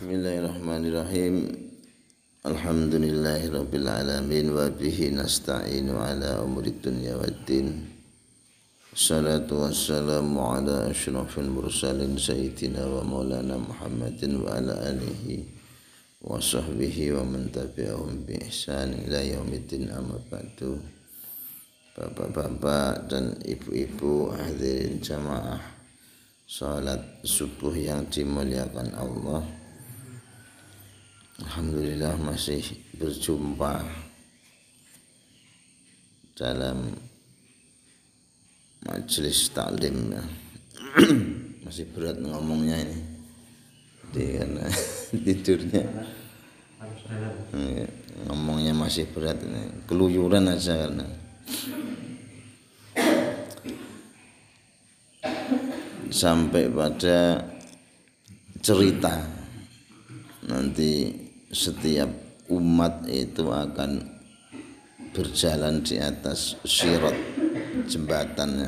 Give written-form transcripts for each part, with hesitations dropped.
Bismillahirrahmanirrahim. Alhamdulillahirabbil alamin wa bihi nasta'inu ala umuri dunya waddin. Wassalatu wassalamu ala asyrafil mursalin sayyidina wa maulana Muhammadin wa ala alihi wa sahbihi wa man tabi'ahum bi ihsan ila yaumiddin, amma ba'du. Bapak-bapak dan ibu-ibu hadirin jamaah salat subuh yang dimuliakan Allah, alhamdulillah masih berjumpa dalam majelis taklim. Masih berat ngomongnya ini karena tidurnya ngomongnya masih berat ini, keluyuran aja karena sampai pada cerita nanti setiap umat itu akan berjalan di atas sirat, jembatan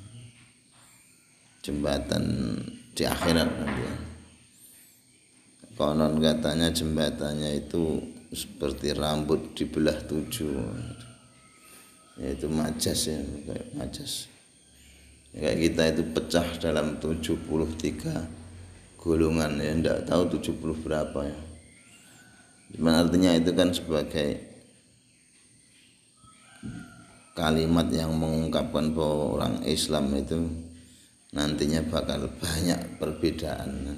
di akhirat nanti. Konon katanya jembatannya itu seperti rambut dibelah 7, yaitu majas ya, kayak majas. Kayak kita itu pecah dalam 73 golongan ya, enggak tahu 70 berapa ya. Cuman artinya itu kan sebagai kalimat yang mengungkapkan bahwa orang Islam itu nantinya bakal banyak perbedaan,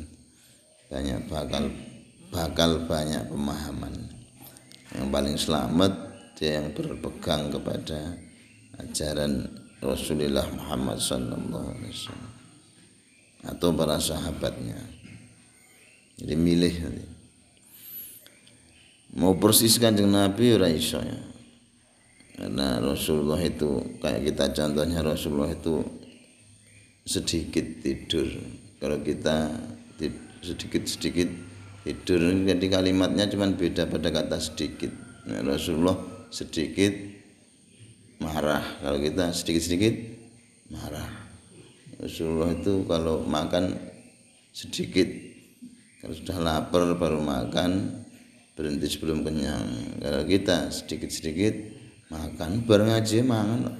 bakal banyak pemahaman. Yang paling selamat dia yang berpegang kepada ajaran Rasulullah Muhammad sallallahu alaihi wasallam atau para sahabatnya. Jadi milih nanti. Mau persis Kanjeng Nabi ora iso ya. Karena Rasulullah itu kayak kita contohnya, Rasulullah itu sedikit tidur. Kalau kita sedikit tidur, jadi kalimatnya cuma beda pada kata sedikit. Nah, Rasulullah sedikit marah, kalau kita sedikit marah. Rasulullah itu kalau makan sedikit, kalau sudah lapar baru makan, berhenti sebelum kenyang. Kalau kita sedikit makan, baru ngaji mangan.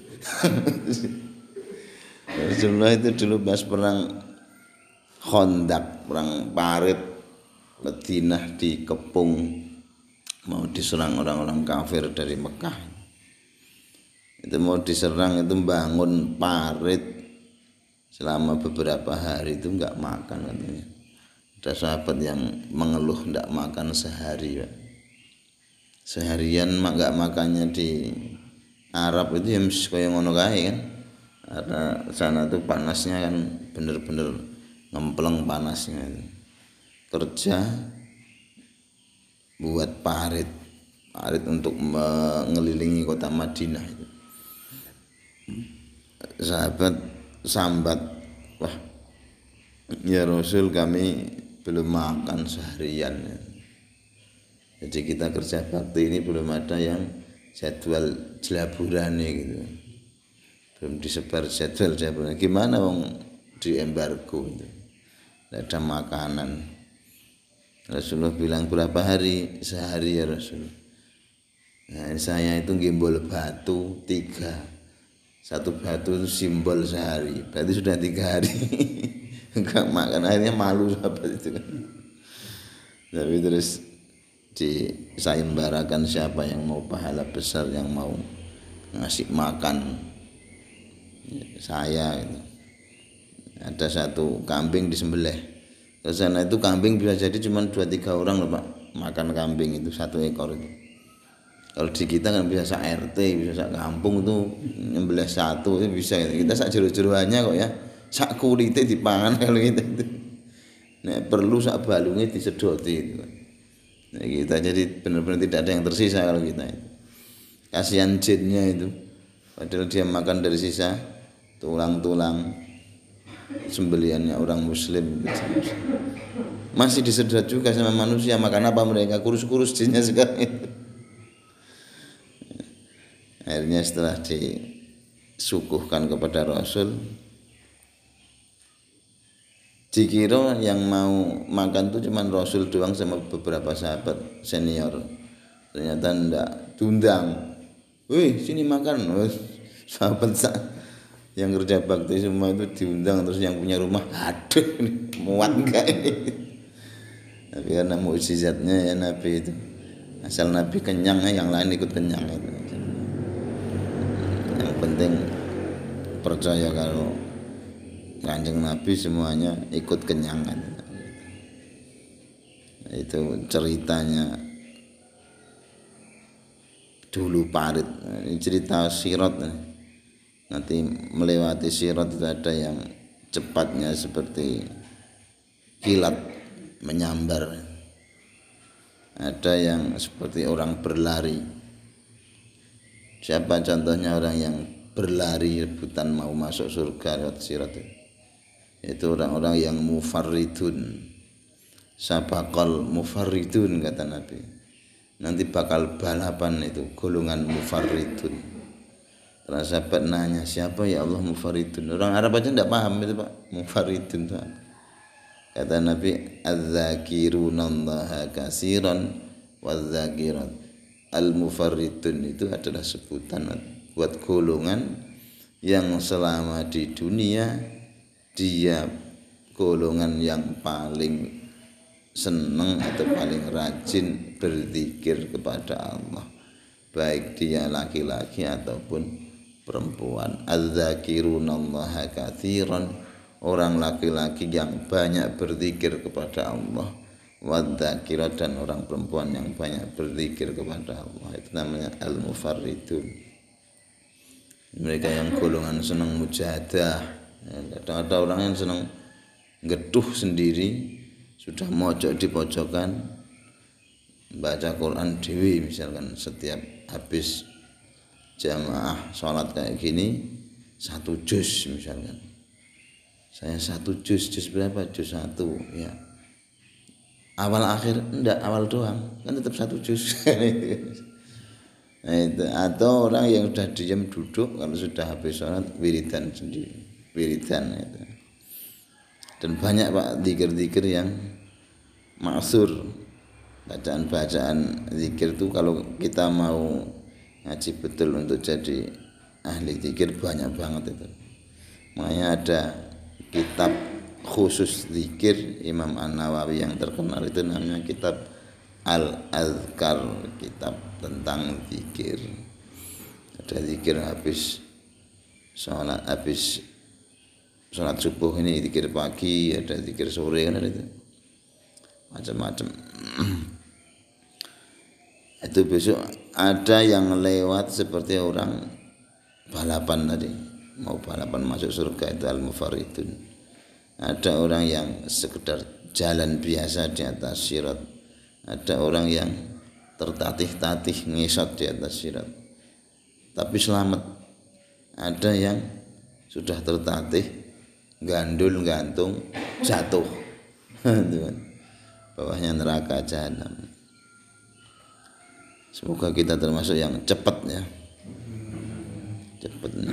Rasulullah itu dulu pas perang Khandaq, perang parit Madinah dikepung, mau diserang orang-orang kafir dari Mekah. Itu mau diserang, itu bangun parit selama beberapa hari itu enggak makan katanya. Ada sahabat yang mengeluh enggak makan sehari ya. Seharian enggak makannya di Arab itu ya kayak ngono kae kan. Karena sana tuh panasnya kan bener-bener ngempleng panasnya itu. Kerja buat parit untuk mengelilingi kota Madinah itu. Sahabat sambat, wah ya Rasul, kami belum makan seharian. Jadi kita kerja bakti ini belum ada yang jadwal jelaburan gitu, belum disebar jadwal jelaburan. Gimana wong di embargo itu, tidak ada makanan. Rasulullah bilang, berapa hari? Sehari ya Rasul. Nah, saya itu gimbal batu 3. Satu batu itu simbol sehari, berarti sudah 3 hari enggak makan. Akhirnya malu sahabat itu kan. Tapi terus disayembarakan siapa yang mau pahala besar, yang mau ngasih makan saya gitu. Ada satu kambing disembelih. Ke sana itu kambing bisa jadi cuma 2-3 orang loh Pak, makan kambing itu 1 ekor itu. Kalau di kita kan bisa sak RT, bisa sak kampung tuh nyembelih 1 itu bisa. Kita sak jero-jeroannya kok ya, sak kulite dipangan kalau kita itu. Nek perlu sak balungnya disedoti itu. Nah, kita jadi benar-benar tidak ada yang tersisa kalau kita itu. Kasihan jinnya itu. Padahal dia makan dari sisa tulang-tulang sembeliannya orang muslim. Masih disedot juga sama manusia, makan apa mereka? Kurus-kurus jinnya sekarang itu. Akhirnya setelah disuguhkan kepada Rasul, Dikira yang mau makan tuh cuman Rasul doang sama beberapa sahabat senior. Ternyata enggak, diundang. Wih, sini makan. Sahabat yang kerja bakti semua itu diundang, terus yang punya rumah, aduh, muat enggak ini? Tapi karena mukjizatnya ya Nabi itu. Asal Nabi kenyang, yang lain ikut kenyang itu. Yang penting percaya kalau Kanjeng Nabi semuanya ikut kenyang. Itu ceritanya dulu parit. Ini cerita sirat. Nanti melewati sirat itu ada yang cepatnya seperti kilat menyambar, ada yang seperti orang berlari. Siapa contohnya orang yang berlari rebutan mau masuk surga lewat sirat itu orang-orang yang mufarridun, sabaqal mufarridun kata Nabi. Nanti bakal balapan itu golongan mufarridun. Terus sahabat nanya, siapa ya Allah mufarridun? Orang Arab aja tidak paham itu Pak, mufarridun itu. Kata Nabi, adz-dzakirunallaha katsiran wadz-dzakirat. Al-mufarridun itu adalah sebutan buat golongan yang selama di dunia dia golongan yang paling senang atau paling rajin berzikir kepada Allah, baik dia laki-laki ataupun perempuan. Adz-dzakirunallaha katsiran, orang laki-laki yang banyak berzikir kepada Allah, wadz-dzakirat, dan orang perempuan yang banyak berzikir kepada Allah. Itu namanya al-mufarridun. Mereka yang golongan senang mujahadah. Kadang ada orang yang senang geduh sendiri, sudah mojok di pojokan baca Quran dewi, misalkan setiap habis jamaah sholat kayak gini 1 juz misalkan. Saya 1 juz berapa? Juz 1 ya. Awal akhir enggak, awal doang kan tetap 1 juz. Nah, itu. Atau orang yang sudah diam duduk kalau sudah habis sholat wiridan sendiri, wiridan itu. Dan banyak Pak zikir-zikir yang maksur, bacaan-bacaan zikir itu kalau kita mau ngaji betul untuk jadi ahli zikir banyak banget itu. Makanya ada kitab khusus zikir Imam An-Nawawi yang terkenal itu namanya kitab Al-Azkar, kitab tentang zikir. Ada zikir habis sholat subuh ini, zikir pagi, ada zikir sore, kan ada itu macam-macam. Itu besok ada yang lewat seperti orang balapan tadi, mau balapan masuk surga, itu al-mufarridun. Ada orang yang sekedar jalan biasa di atas sirat. Ada orang yang tertatih-tatih ngesot di atas sirat tapi selamat. Ada yang sudah tertatih gandul gantung jatuh bawahnya neraka jahanam. Semoga kita termasuk yang cepat ya, cepatnya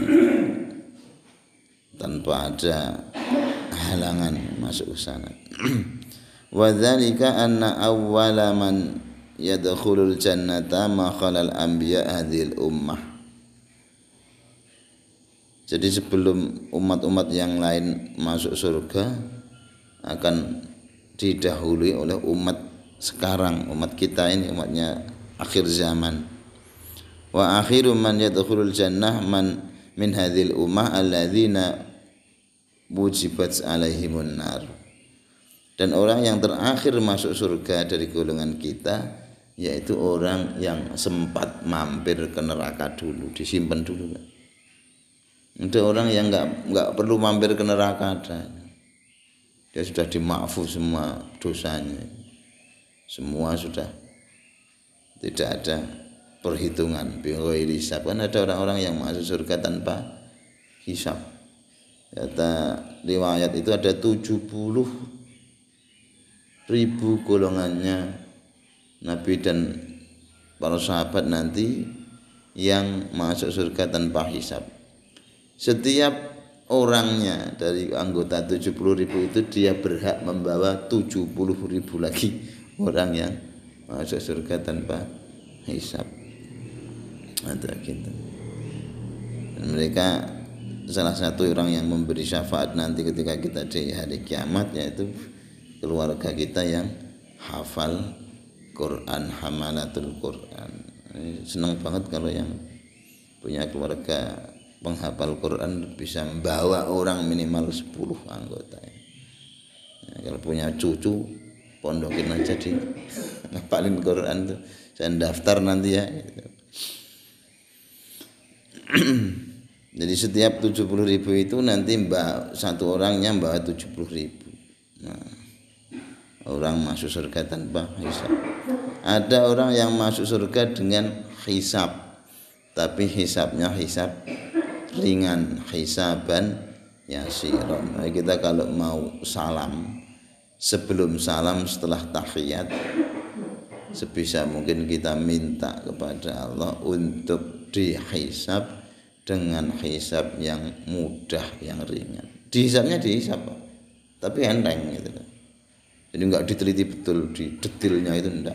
tanpa ada halangan masuk ke sana. Wa dzalika anna awwala man yadkhulul jannata ma khalal anbiya hadhil ummah. Jadi sebelum umat-umat yang lain masuk surga akan didahului oleh umat sekarang, umat kita ini, umatnya akhir zaman. Wa akhiru man yadkhulul jannah man min hadhil ummah alladzina wujibat alaihimun nar. Dan orang yang terakhir masuk surga dari golongan kita yaitu orang yang sempat mampir ke neraka dulu, disimpan dulu. Ada orang yang enggak perlu mampir ke neraka ada. Dia sudah dimaafkan semua dosanya. Semua sudah tidak ada perhitungan bighairi hisab. Kan ada orang-orang yang masuk surga tanpa hisab. Kata riwayat itu ada 70.000 golongannya Nabi dan para sahabat nanti yang masuk surga tanpa hisab. Setiap orangnya dari anggota 70.000 itu dia berhak membawa 70.000 lagi orang yang masuk surga tanpa hisab. Ada gitu. Dan mereka salah satu orang yang memberi syafaat nanti ketika kita di hari kiamat yaitu keluarga kita yang hafal Quran, hamalatul Quran. Senang banget kalau yang punya keluarga penghafal Quran bisa membawa orang minimal 10 anggota. Ya, kalau punya cucu pondokin aja di ngapalin Quran tuh. Saya daftar nanti ya. Jadi setiap 70.000 itu nanti satu orangnya bawa 70.000. Nah, orang masuk surga tanpa hisab. Ada orang yang masuk surga dengan hisab, tapi hisabnya hisab ringan, hisaban yasiron. Nah, kita kalau mau salam, sebelum salam setelah tahiyat, sebisa mungkin kita minta kepada Allah untuk dihisab dengan hisab yang mudah, yang ringan. Dihisabnya dihisab, tapi enteng gitu. Jadi enggak diteliti betul di detailnya itu enggak.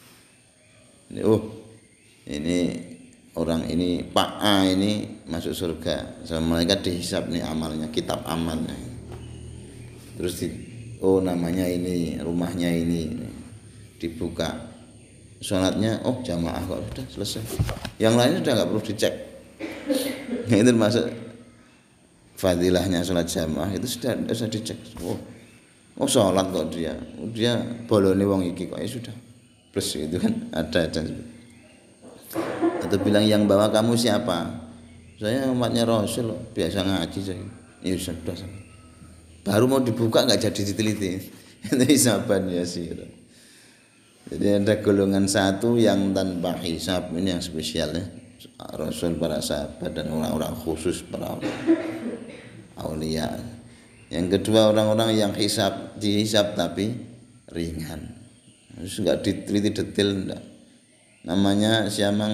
Ini orang ini Pak A ini masuk surga. Sama mereka dihisab nih amalnya, kitab amalnya. Terus namanya ini, rumahnya ini dibuka. Sholatnya jamaah kok sudah selesai. Yang lainnya sudah enggak perlu dicek. Itu termasuk fadilahnya sholat jamaah itu sudah dicek. Sholat kok dia bolone wong iki kok ya sudah plus gitu kan ada. Atau bilang yang bawa kamu siapa? Saya umatnya Rasul biasa ngaji saya. Ya sudah. Baru mau dibuka nggak jadi diteliti. Itu hisaban yasir. Jadi ada golongan satu yang tanpa hisab, ini yang spesial ya. Rasul, para sahabat dan orang-orang khusus, para aulia. Yang kedua orang-orang yang dihisab tapi ringan. Terus enggak diteliti detail enggak. Namanya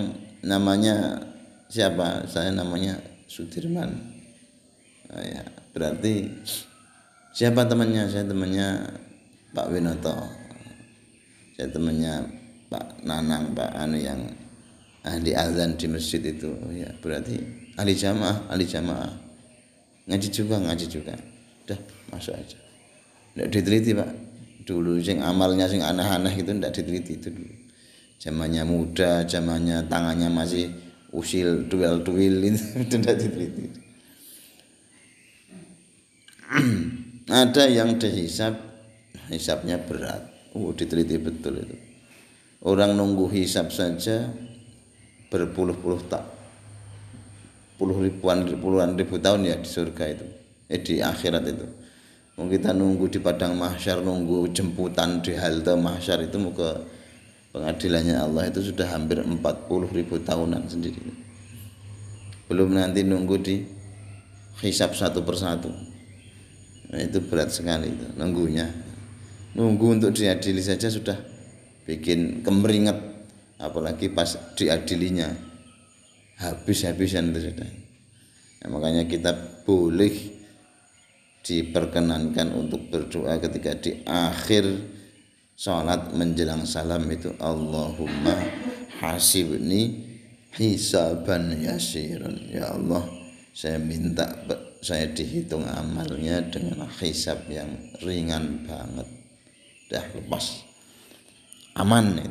siapa? Saya namanya Sudirman. Nah, ya, berarti siapa temannya? Saya temannya Pak Winoto. Saya temannya Pak Nanang, Pak Anu yang ahli azan di masjid itu. Ya, berarti ahli jamaah. Ngaji juga. Udah masuk aja. Enggak diteliti, Pak. Dulu sing amalnya sing aneh-aneh itu enggak diteliti itu dulu. Zamannya muda, zamannya tangannya masih usil duel-duel itu enggak diteliti. Ada yang hisabnya berat. Diteliti betul itu. Orang nunggu hisab saja berpuluh-puluh puluhan ribu tahun ya di surga itu. Di akhirat itu. Kita nunggu di padang mahsyar, nunggu jemputan di halte mahsyar itu mau ke pengadilannya Allah itu sudah hampir 40.000 tahunan sendiri. Belum nanti nunggu di hisab satu persatu. Nah, itu berat sekali itu nunggunya. Nunggu untuk diadili saja sudah bikin kemeringet, apalagi pas diadilinya habis-habisan itu sudah. Nah, makanya kita boleh diperkenankan untuk berdoa ketika di akhir salat menjelang salam itu Allahumma hasibni hisaban yasiran. Ya Allah, saya minta saya dihitung amalnya dengan hisab yang ringan banget. Dah lepas aman itu.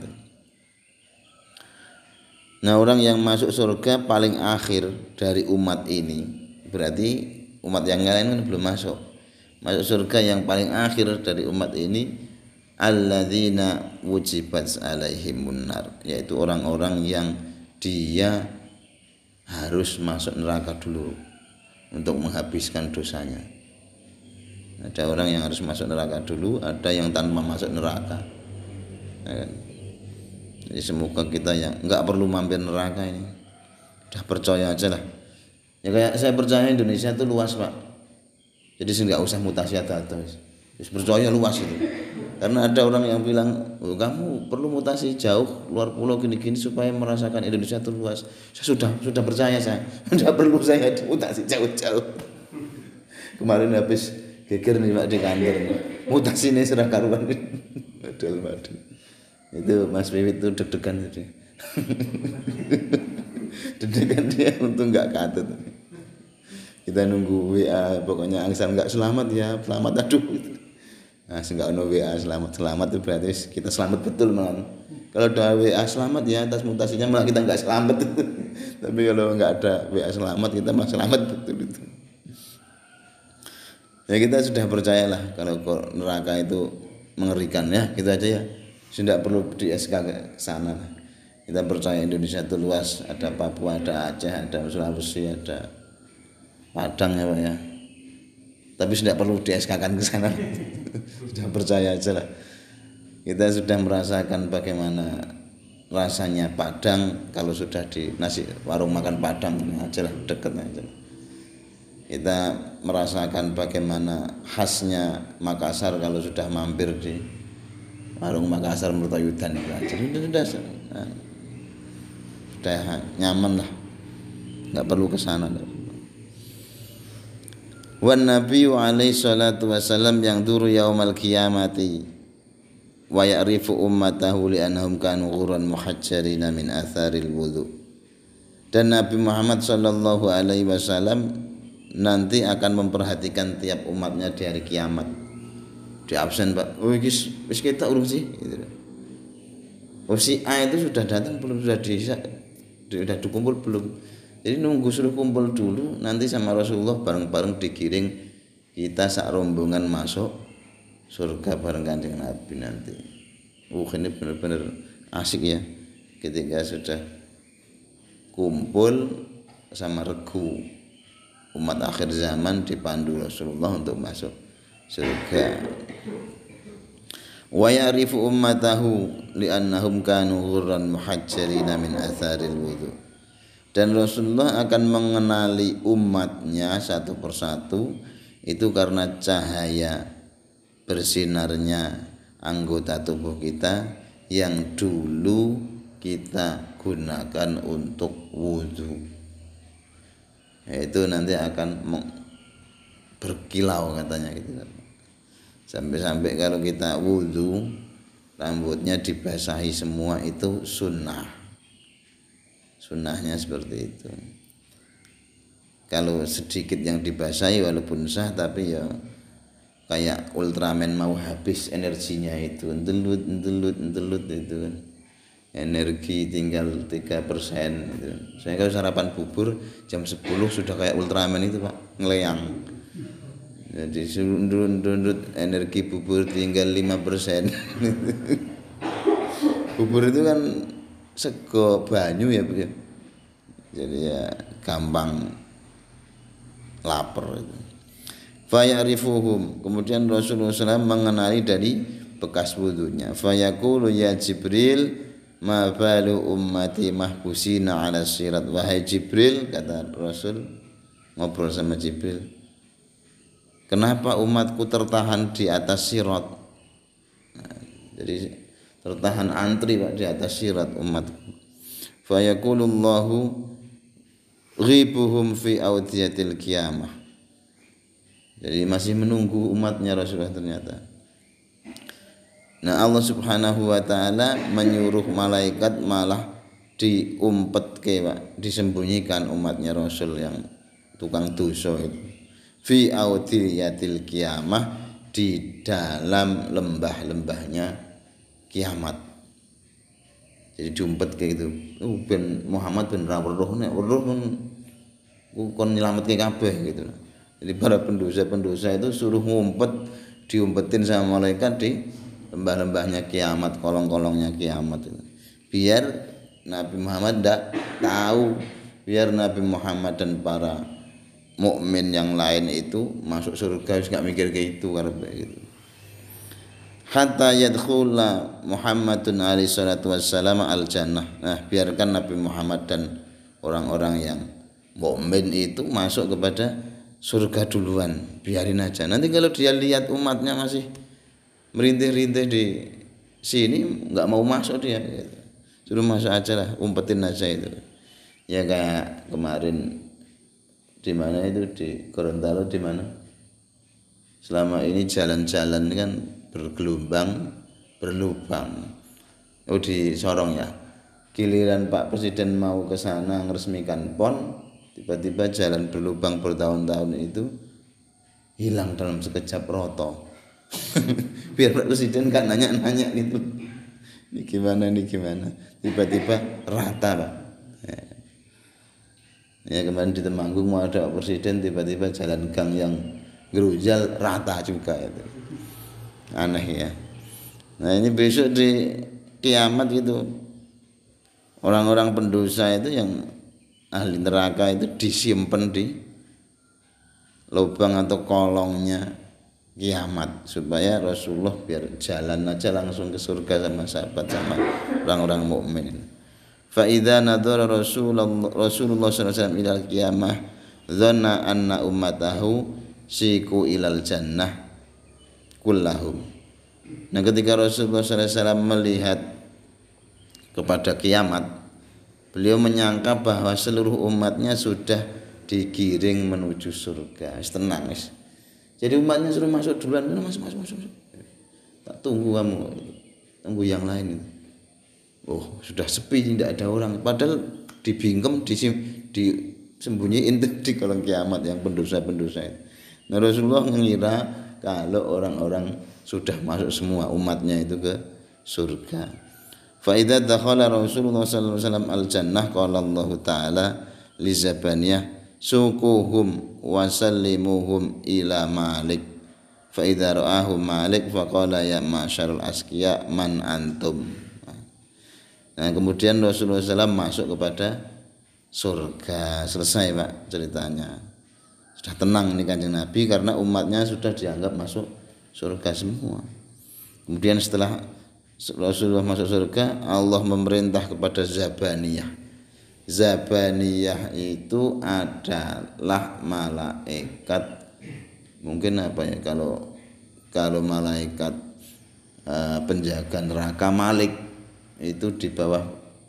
Nah, orang yang masuk surga paling akhir dari umat ini, berarti umat yang lain kan belum masuk. Masuk surga yang paling akhir dari umat ini alladzina wujibat alaihimun nar, yaitu orang-orang yang dia harus masuk neraka dulu untuk menghabiskan dosanya. Ada orang yang harus masuk neraka dulu, ada yang tanpa masuk neraka. Ya kan? Jadi semoga kita yang enggak perlu mampir neraka ini. Udah percaya aja lah. Ya kayak saya percaya Indonesia itu luas, Pak. Jadi enggak usah mutasi atau percaya luas itu. Karena ada orang yang bilang, kamu perlu mutasi jauh luar pulau gini-gini supaya merasakan Indonesia itu luas. Saya sudah percaya saya. Enggak perlu saya mutasi jauh-jauh. Kemarin habis geger nih Pak di kantor. Mutasine serah karuan. Model. Itu Mas Wiwit tuh deg-degan itu. Deg-degan dia untung enggak katut. Kita nunggu WA pokoknya angsal enggak selamat ya, selamat aduh. Nah, enggak ono WA selamat itu berarti kita selamat betul malah. Kalau ada WA selamat ya atas mutasinya malah kita enggak selamat. Tapi kalau enggak ada WA selamat kita malah selamat betul itu. Ya kita sudah percayalah kalau neraka itu mengerikan ya, gitu aja ya. Tidak perlu di SK ke sana. Kita percaya Indonesia itu luas, ada Papua, ada Aceh, ada Sulawesi, ada Padang ya Pak ya. Tapi tidak perlu di SK kan ke sana. Sudah percaya aja lah. Kita sudah merasakan bagaimana rasanya Padang kalau sudah di nasi warung makan Padang ini aja lah, deket aja. Kita merasakan bagaimana khasnya Makassar kalau sudah mampir di warung Makassar Mertoyudan itu aja. Sudah nyaman lah, nggak perlu ke sana. Wan Nabi alaihi salatu wasallam yang duru yaumal qiyamati wa ya'rifu ummatahu li annahum kanu ghurran muhajjalina min atharil wudu. Dan Nabi Muhammad sallallahu alaihi wasallam nanti akan memperhatikan tiap umatnya di hari kiamat. Di absen Pak. Oh wis kita urung sih gitu. Oh si A itu sudah datang belum, sudah dikumpul belum. Jadi nunggu suruh kumpul dulu, nanti sama Rasulullah bareng-bareng digiring kita sak rombongan masuk surga bareng Kanjeng Nabi nanti. Ini benar-benar asik ya ketika sudah kumpul sama regu umat akhir zaman dipandu Rasulullah untuk masuk surga. Wa ya'rifu ummatahu li'annahum kanu ghurran muhajjalina min atharil wudu. Dan Rasulullah akan mengenali umatnya satu persatu itu karena cahaya bersinarnya anggota tubuh kita yang dulu kita gunakan untuk wudhu. Itu nanti akan berkilau katanya gitu. Sampai-sampai kalau kita wudhu rambutnya dibasahi semua itu sunnah. Sunnahnya seperti itu. Kalau sedikit yang dibasahi walaupun sah tapi ya kayak Ultraman mau habis energinya itu, entelut itu kan. Energi tinggal 3% gitu. Saya kalau sarapan bubur jam 10 sudah kayak Ultraman itu Pak, ngeleyang. Jadi ndut energi bubur tinggal 5%. Bubur itu kan sego banyu ya, jadi ya gampang lapar itu. Fayarifuhum, kemudian Rasulullah SAW mengenali dari bekas wudunya. Fayaqulu ya Jibril ma balu ummati mahbusina ala sirat. Wahai Jibril, kata Rasul ngobrol sama Jibril, kenapa umatku tertahan di atas sirat? Nah, jadi tertahan antri Pak di atas sirat umatku. Fa yaqulullahu ghibuhum fi awdiyatil qiyamah. Jadi masih menunggu umatnya Rasulullah ternyata. Nah Allah subhanahu wa ta'ala menyuruh malaikat malah diumpetke Pak, disembunyikan umatnya Rasul yang tukang dosa itu. Fi awdiyatil qiyamah, di dalam lembah-lembahnya kiamat. Jadi diumpet kayak gitu. Ben Muhammad ben ra weruh nek weruh kon nyelametke kabeh gitu. Jadi para pendosa-pendosa itu suruh ngumpet, diumpetin sama malaikat di lembah-lembahnya kiamat, kolong-kolongnya kiamat itu. Biar Nabi Muhammad tidak tahu, biar Nabi Muhammad dan para mukmin yang lain itu masuk surga enggak mikir kayak itu karepe gitu. Hatta yadkhula Muhammadun alaihi salatu wassalam al-jannah. Nah, biarkan Nabi Muhammad dan orang-orang yang mukmin itu masuk kepada surga duluan, biarin aja. Nanti kalau dia lihat umatnya masih merintih-rintih di sini, enggak mau masuk dia gitu. Suruh masuk aja lah, umpetin aja itu. Ya kayak kemarin di mana itu di Gorontalo, di mana Selama ini jalan-jalan kan bergelombang, berlubang. Oh di Sorong ya. Giliran Pak Presiden mau ke sana meresmikan PON, tiba-tiba jalan berlubang bertahun-tahun itu hilang dalam sekejap roto. Biar Pak Presiden kan nanya-nanya gitu. Ini gimana? Tiba-tiba rata, Pak. Ya kemarin di Temanggung mau ada Pak Presiden, tiba-tiba jalan gang yang gerujal rata juga itu. Aneh ya. Nah ini besok di kiamat gitu, orang-orang pendosa itu yang ahli neraka itu disimpan di lubang atau kolongnya kiamat supaya Rasulullah biar jalan aja langsung ke surga sama sahabat sama orang-orang mukmin. Fa idza nadhara Rasulullah sallallahu alaihi wasallam ilal qiyamah dhanna anna ummatahu siku ilal jannah kullahum. Nah ketika Rasulullah sallallahu alaihi wasallam melihat kepada kiamat, beliau menyangka bahwa seluruh umatnya sudah digiring menuju surga. Tenang guys. Jadi umatnya suruh masuk duluan, masuk. Tak tunggu kamu, tunggu yang lain itu. Oh sudah sepi, tidak ada orang. Padahal dibingkem, disembunyiin di kolong kiamat yang pendosa-pendosa itu. Nah Rasulullah mengira kalau orang-orang sudah masuk semua umatnya itu ke surga. Fa idza dakhala Rasulullah sallallahu alaihi wasallam al-jannah qala Allah taala li zabaniyah sukuhum wa sallimuhum ila Malik. Fa idza ra'ahum Malik faqala ya ma'syarul asqiya man antum. Nah kemudian Rasulullah SAW masuk kepada surga. Selesai Pak ceritanya. Sudah tenang nih Kanjeng Nabi karena umatnya sudah dianggap masuk surga semua. Kemudian setelah Rasulullah masuk surga, Allah memerintah kepada Zabaniyah. Zabaniyah itu adalah malaikat. Mungkin apa ya kalau malaikat penjaga neraka Malik itu di bawah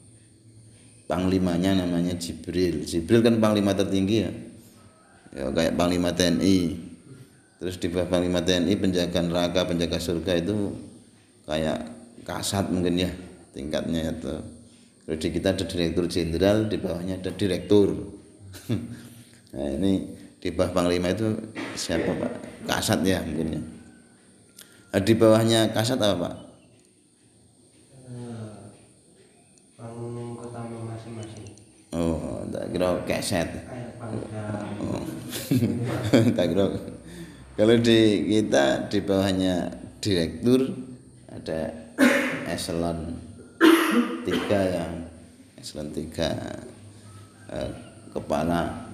panglimanya namanya Jibril. Jibril kan panglima tertinggi ya. Ya kayak panglima TNI. Terus di bawah panglima TNI penjaga neraka, penjaga surga itu kayak kasat mungkin ya tingkatnya itu. Kalau di kita ada direktur jenderal, di bawahnya ada direktur. Nah ini di bawah panglima itu siapa Pak? Kasat ya mungkin ya. Di bawahnya kasat apa Pak? Oh, tak kira keset. Oh. Tak kira. Kalau di kita di bawahnya direktur ada eselon 3 yang eselon 3 kepala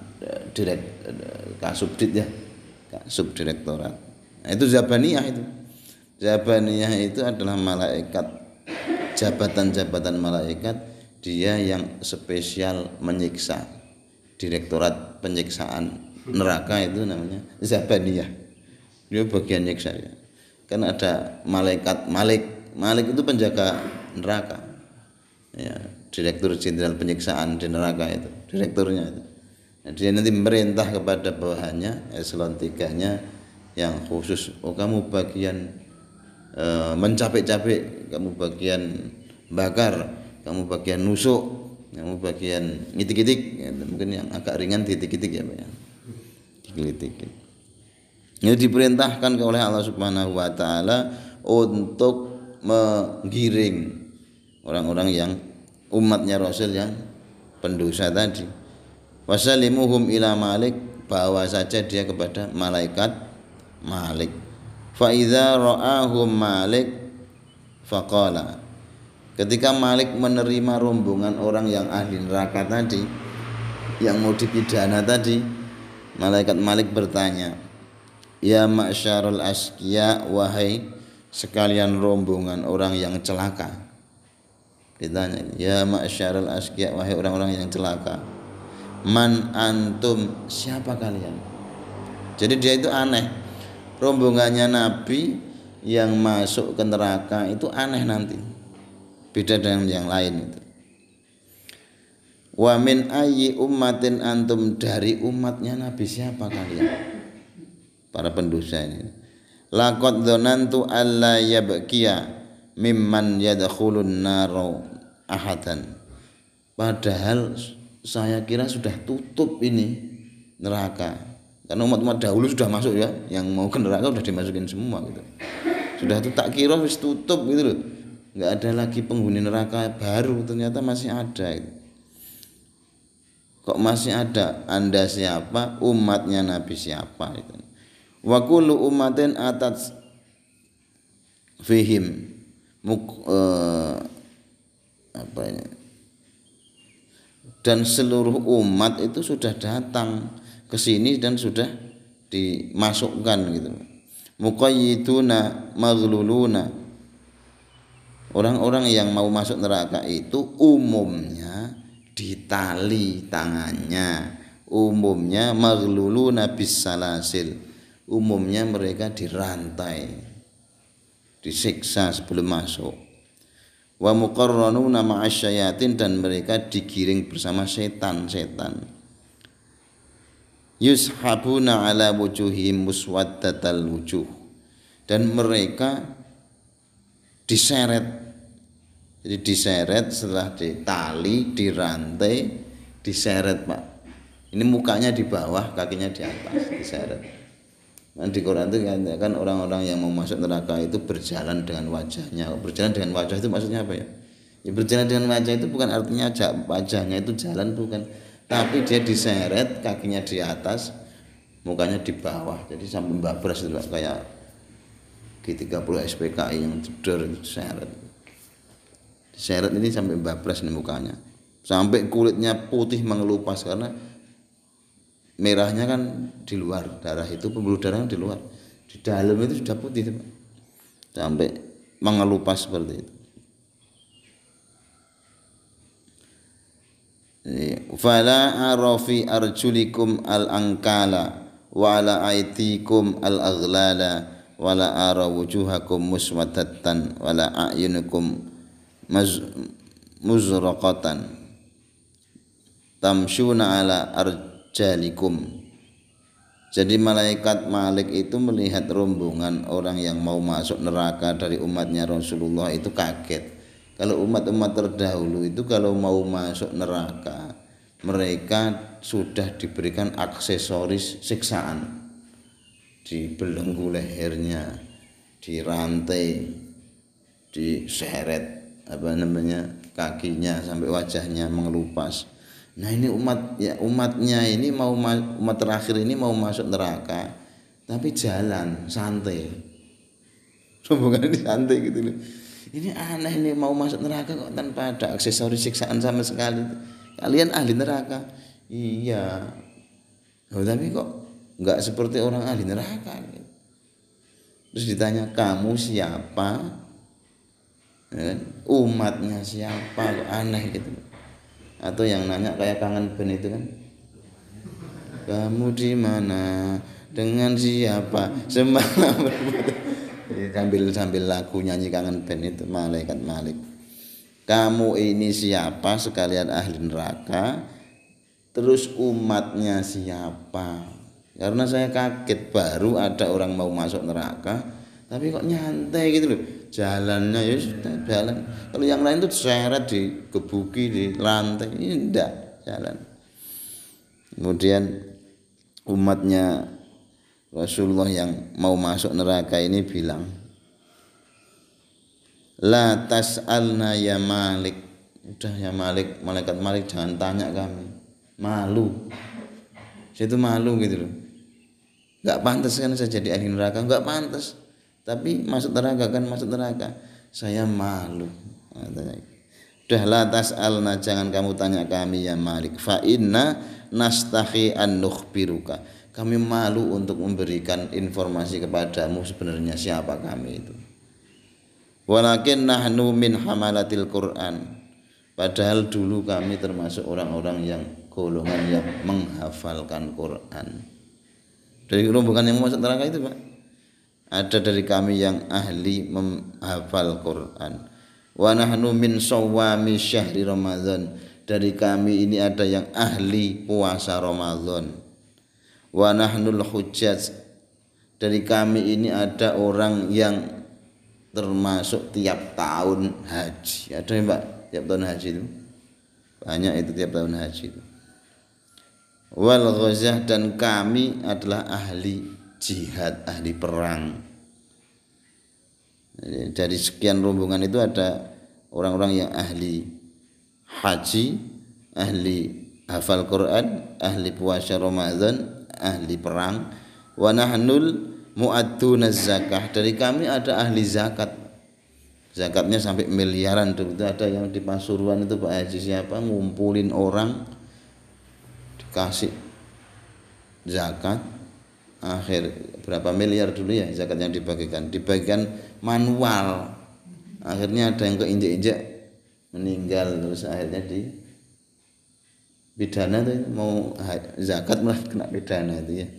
kasubdit ya, subdirektorat. Nah, itu Zabaniyah itu. Zabaniyah itu adalah malaikat, jabatan-jabatan malaikat. Dia yang spesial menyiksa. Direktorat penyiksaan neraka itu namanya Zabaniyah. Dia bagian nyiksa ya. Kan ada malaikat Malik itu penjaga neraka. Ya, direktur jenderal penyiksaan di neraka itu, direkturnya itu. Nah, dia nanti merintah kepada bawahannya eselon 3-nya yang khusus. Oh kamu bagian mencapek-capek, kamu bagian bakar, kamu bagian nusuk, kamu bagian ngitik-itik, ya, mungkin yang agak ringan titik-itik ya Pak ya. Titik-itik. Ini diperintahkan oleh Allah Subhanahu wa taala untuk menggiring orang-orang yang umatnya Rasul yang pendosa tadi. Wasalimuhum ila Malik, bawa saja dia kepada malaikat Malik. Fa idza ra'ahum Malik faqala. Ketika Malik menerima rombongan orang yang ahli neraka tadi, yang mau dipidana tadi, malaikat Malik bertanya, "Ya ma'syarul asqiya, wahai sekalian rombongan orang yang celaka." Ditanya, "Ya ma'syarul asqiya, wahai orang-orang yang celaka. Man antum, siapa kalian?" Jadi dia itu aneh. Rombongannya Nabi yang masuk ke neraka itu aneh nanti. Beda dengan yang lain itu. Wa min ayyi ummatin antum, dari umatnya Nabi siapa kalian? Para pendosa ini. laqad dzanantu alla yabqiya mimman yadkhulun naro ahadan. Padahal saya kira sudah tutup ini neraka, karena umat-umat dahulu sudah masuk ya, yang mau ke neraka sudah dimasukin semua gitu. Sudah itu tak kira wis tutup gitu loh, nggak ada lagi penghuni neraka baru, ternyata masih ada gitu. Kok masih ada? Anda siapa? Umatnya Nabi siapa gitu. Wa kullu ummatin atat fihim apa ini? Dan seluruh umat itu sudah datang ke sini dan sudah dimasukkan gitu. Muqayyiduna maghluluna. Orang-orang yang mau masuk neraka itu umumnya ditali tangannya, umumnya maghluluna bisalasil, umumnya mereka dirantai, disiksa sebelum masuk. Wa muqarranuna ma'asyayatin, dan mereka digiring bersama setan-setan. Yushabuna ala wujuhim muswaddatal wujuh, dan mereka diseret. Jadi diseret setelah ditali, dirantai, diseret Pak. Ini mukanya di bawah, kakinya di atas, diseret. Nah, di Quran itu kan orang-orang yang mau masuk neraka itu berjalan dengan wajahnya. Berjalan dengan wajah itu maksudnya apa ya? Ya berjalan dengan wajah itu bukan artinya wajahnya itu jalan, bukan. Tapi dia diseret, kakinya di atas, mukanya di bawah. Jadi sampai babras itu kayak G30 SPKI yang jedor itu diseret. Diseret ini sampai babras nih mukanya. Sampai kulitnya putih mengelupas karena merahnya kan di luar, darah itu pembuluh darah di luar, di dalam itu sudah putih Pak. Sampai mengelupas seperti itu. Fala arafi arjulikum al-ankala wa ala aitikum al-aghlala wala ara wujuhakum muswaddatan wala a'yunukum muzraqatan tamshuna ala jalikum. Jadi malaikat Malik itu melihat rombongan orang yang mau masuk neraka dari umatnya Rasulullah itu kaget. Kalau umat-umat terdahulu itu kalau mau masuk neraka, mereka sudah diberikan aksesoris siksaan, dibelenggu lehernya, dirantai, diseret kakinya sampai wajahnya mengelupas. Nah ini umatnya ini umat terakhir ini mau masuk neraka, tapi jalan santai, rombongan ini santai gitu loh. Ini aneh, ini mau masuk neraka kok tanpa ada aksesoris siksaan sama sekali. Kalian ahli neraka, iya. Tapi kok nggak seperti orang ahli neraka. Terus ditanya kamu siapa? Umatnya siapa? Kok aneh gitu. Atau yang nanya kayak Kangen Band itu kan, kamu di mana, dengan siapa, semalam sambil lagu nyanyi Kangen Band itu malaikat Malik. Kamu ini siapa sekalian ahli neraka, terus umatnya siapa? Karena saya kaget, baru ada orang mau masuk neraka tapi kok nyantai gitu loh, jalannya ya sudah jalan. Kalau yang lain tuh diseret, digebuki, dilantai, ini enggak jalan. Kemudian umatnya Rasulullah yang mau masuk neraka ini bilang, la tas'alna ya Malik, udah ya Malik, malaikat Malik jangan tanya kami, malu. Saya itu malu gitu loh, nggak pantas kan saya jadi ahli neraka, nggak pantas. Tapi masuk neraka kan masuk neraka, saya malu. Udah la tas'alna, jangan kamu tanya kami ya Malik, fa inna nastahi an nukhbiruka, kami malu untuk memberikan informasi kepadamu sebenarnya siapa kami itu. Walakin nahnu min hamalatil Quran, padahal dulu kami termasuk orang-orang yang golongan yang menghafalkan Quran. Dari rombongan yang masuk neraka itu Pak, ada dari kami yang ahli menghafal Quran. Wa nahnu min shawwami syahri Ramadan, dari kami ini ada yang ahli puasa Ramadan. Wa nahnul hujjaj, dari kami ini ada orang yang termasuk tiap tahun haji. Ada ya Pak, tiap tahun haji itu banyak, itu tiap tahun haji itu. Wal ghazah, dan kami adalah ahli jihad, ahli perang. Dari sekian rombongan itu ada orang-orang yang ahli haji, ahli hafal Quran, ahli puasa Ramadan, ahli perang. Wa nahnul mu'addunaz zakah, dari kami ada ahli zakat. Zakatnya sampai miliaran tuh. Itu ada yang di Pasuruan itu Pak Haji siapa ngumpulin orang dikasih zakat, akhir berapa miliar dulu ya zakat yang dibagikan manual, akhirnya ada yang keinjek-injek meninggal, terus akhirnya di pidana tuh, mau zakat malah kena pidana itu ya.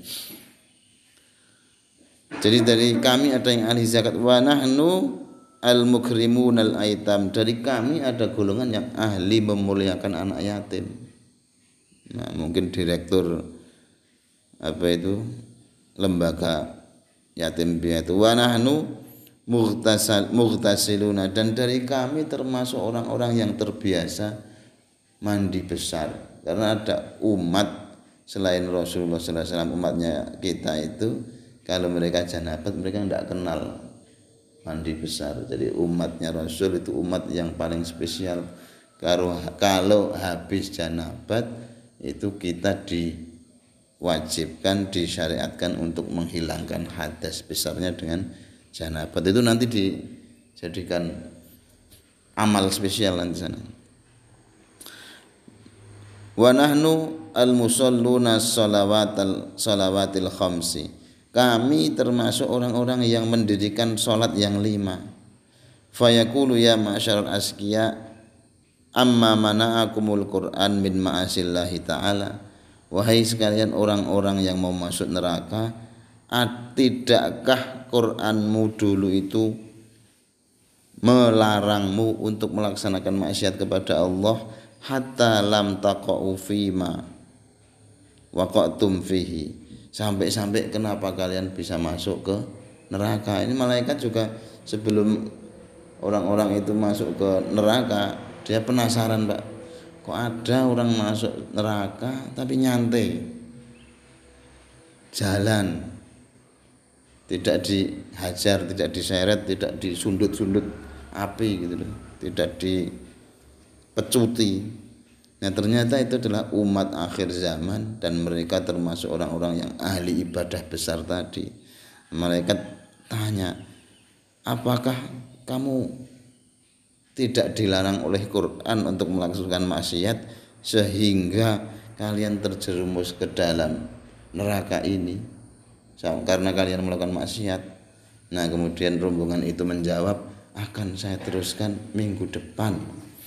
Jadi dari kami ada yang ahli zakat. Wa nahnu al-mukrimun al-aitam, dari kami ada golongan yang ahli memuliakan anak yatim. Nah, mungkin direktur apa itu lembaga yatim piatu. Wa nahnu mughtasiluna, dan dari kami termasuk orang-orang yang terbiasa mandi besar. Karena ada umat selain Rasulullah SAW, umatnya kita itu kalau mereka janabat mereka tidak kenal mandi besar. Jadi umatnya Rasul itu umat yang paling spesial. Kalau habis janabat itu kita diwajibkan, disyariatkan untuk menghilangkan hadas besarnya dengan janabat. Itu nanti dijadikan amal spesial nanti sana. Wa nahnu al-musalluna salawatil khamsi, kami termasuk orang-orang yang mendirikan salat yang 5. Fayaqulu ya ma'syaral asqiya amma mana'akumul Qur'an min ma'asillahi ta'ala, wahai sekalian orang-orang yang mau masuk neraka, tidakkah Qur'anmu dulu itu melarangmu untuk melaksanakan maksiat kepada Allah, hatta lam taqa'u fima waqa'tum fihi, sampai kenapa kalian bisa masuk ke neraka. Ini malaikat juga sebelum orang-orang itu masuk ke neraka, dia penasaran Pak, kok ada orang masuk neraka tapi nyantai jalan, tidak dihajar, tidak diseret, tidak disundut-sundut api gitu loh, tidak dipecuti. Nah ternyata itu adalah umat akhir zaman, dan mereka termasuk orang-orang yang ahli ibadah besar tadi. Malaikat tanya, apakah kamu tidak dilarang oleh Quran untuk melaksanakan maksiat sehingga kalian terjerumus ke dalam neraka ini karena kalian melakukan maksiat? Nah kemudian rombongan itu menjawab, akan saya teruskan minggu depan.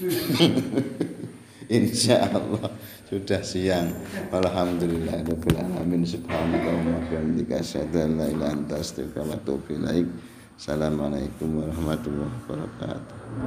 Insya Allah. Sudah siang. Alhamdulillahirabbil alamin. Subhanakallahumma wa bihamdika asyhadu an la ilaha illa anta astaghfiruka wa atubu ilaik. Assalamualaikum warahmatullahi wabarakatuh.